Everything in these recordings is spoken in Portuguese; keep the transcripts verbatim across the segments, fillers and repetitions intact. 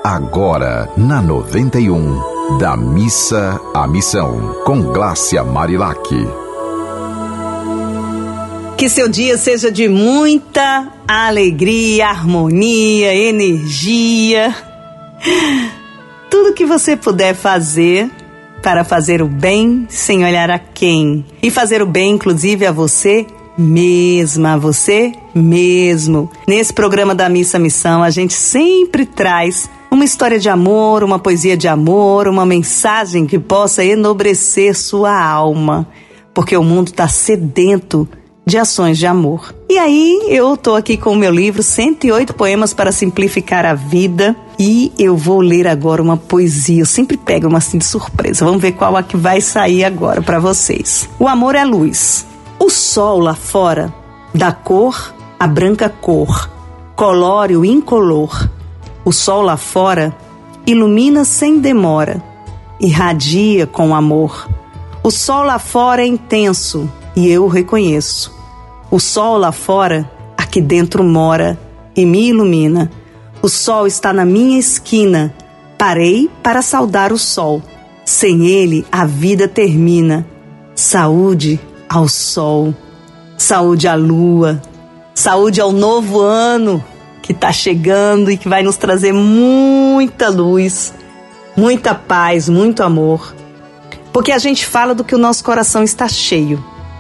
Agora, na noventa e um, da Missa à Missão, com Glácia Marilac. Que seu dia seja de muita alegria, harmonia, energia. Tudo que você puder fazer para fazer o bem sem olhar a quem. E fazer o bem, inclusive, a você mesma, a você mesmo. Nesse programa da Missa Missão, a gente sempre traz uma história de amor, uma poesia de amor, uma mensagem que possa enobrecer sua alma. Porque o mundo está sedento de ações de amor. E aí, eu tô aqui com o meu livro cento e oito poemas para simplificar a vida, e eu vou ler agora uma poesia. Eu sempre pego uma assim de surpresa. Vamos ver qual a que vai sair agora para vocês. O amor é luz. O sol lá fora dá cor a branca cor, colore o incolor. O sol lá fora ilumina sem demora, irradia com amor. O sol lá fora é intenso e eu o reconheço. O sol lá fora, aqui dentro mora e me ilumina. O sol está na minha esquina. Parei para saudar o sol. Sem ele, a vida termina. Saúde ao sol. Saúde à lua. Saúde ao novo ano que está chegando e que vai nos trazer muita luz, muita paz, muito amor. Porque a gente fala do que o nosso coração está cheio.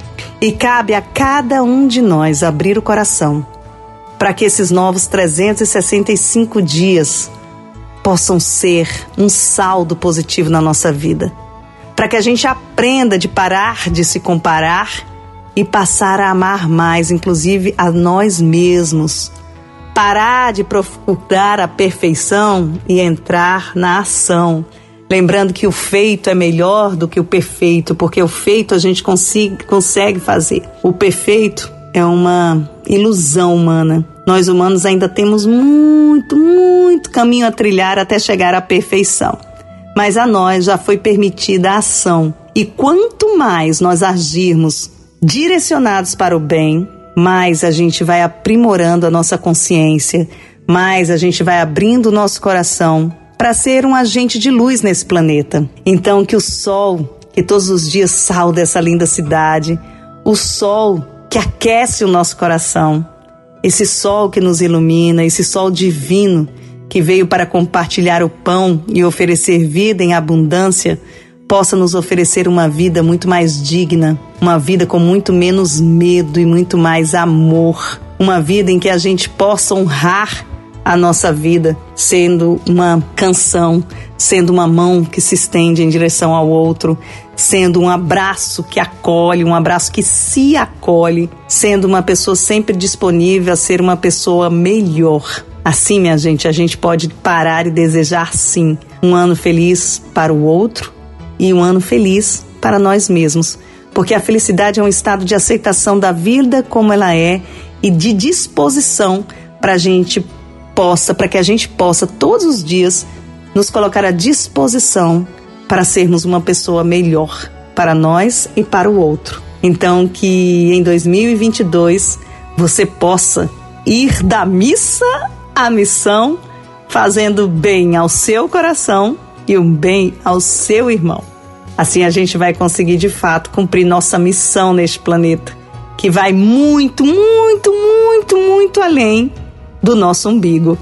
E cabe a cada um de nós abrir o coração para que esses novos trezentos e sessenta e cinco dias possam ser um saldo positivo na nossa vida. Para que a gente aprenda de parar de se comparar e passar a amar mais, inclusive a nós mesmos. Parar de procurar a perfeição e entrar na ação. Lembrando que o feito é melhor do que o perfeito, porque o feito a gente consiga, consegue fazer. O perfeito é uma ilusão humana. Nós humanos ainda temos muito, muito caminho a trilhar até chegar à perfeição. Mas a nós já foi permitida a ação. E quanto mais nós agirmos direcionados para o bem, mais a gente vai aprimorando a nossa consciência, mais a gente vai abrindo o nosso coração para ser um agente de luz nesse planeta. Então que o sol, que todos os dias salda essa linda cidade, o sol que aquece o nosso coração, esse sol que nos ilumina, esse sol divino que veio para compartilhar o pão e oferecer vida em abundância, possa nos oferecer uma vida muito mais digna, uma vida com muito menos medo e muito mais amor, uma vida em que a gente possa honrar a nossa vida, sendo uma canção, sendo uma mão que se estende em direção ao outro, sendo um abraço que acolhe, um abraço que se acolhe, sendo uma pessoa sempre disponível a ser uma pessoa melhor. Assim, minha gente, a gente pode parar e desejar, sim, um ano feliz para o outro e um ano feliz para nós mesmos, porque a felicidade é um estado de aceitação da vida como ela é e de disposição para a gente possa, para que a gente possa todos os dias nos colocar à disposição para sermos uma pessoa melhor para nós e para o outro. Então que em dois mil e vinte e dois você possa ir da missa à missão, fazendo bem ao seu coração e o bem ao seu irmão. Assim a gente vai conseguir de fato cumprir nossa missão neste planeta, que vai muito, muito, muito, muito além do nosso umbigo.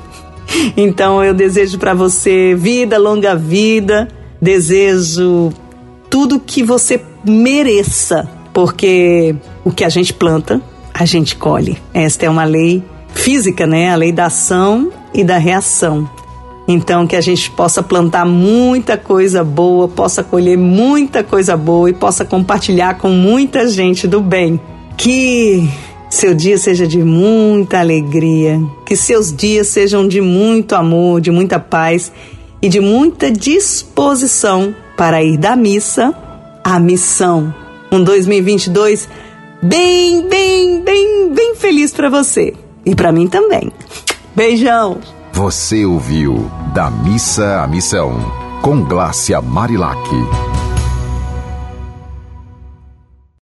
Então eu desejo para você vida, longa vida, desejo tudo que você mereça, porque o que a gente planta, a gente colhe. Esta é uma lei física, né? A lei da ação e da reação. Então que a gente possa plantar muita coisa boa, possa colher muita coisa boa e possa compartilhar com muita gente do bem. Que seu dia seja de muita alegria, que seus dias sejam de muito amor, de muita paz e de muita disposição para ir da missa à missão. Um dois mil e vinte e dois bem, bem, bem, bem feliz para você e para mim também. Beijão! Você ouviu Da Missa à Missão, com Glácia Marilac.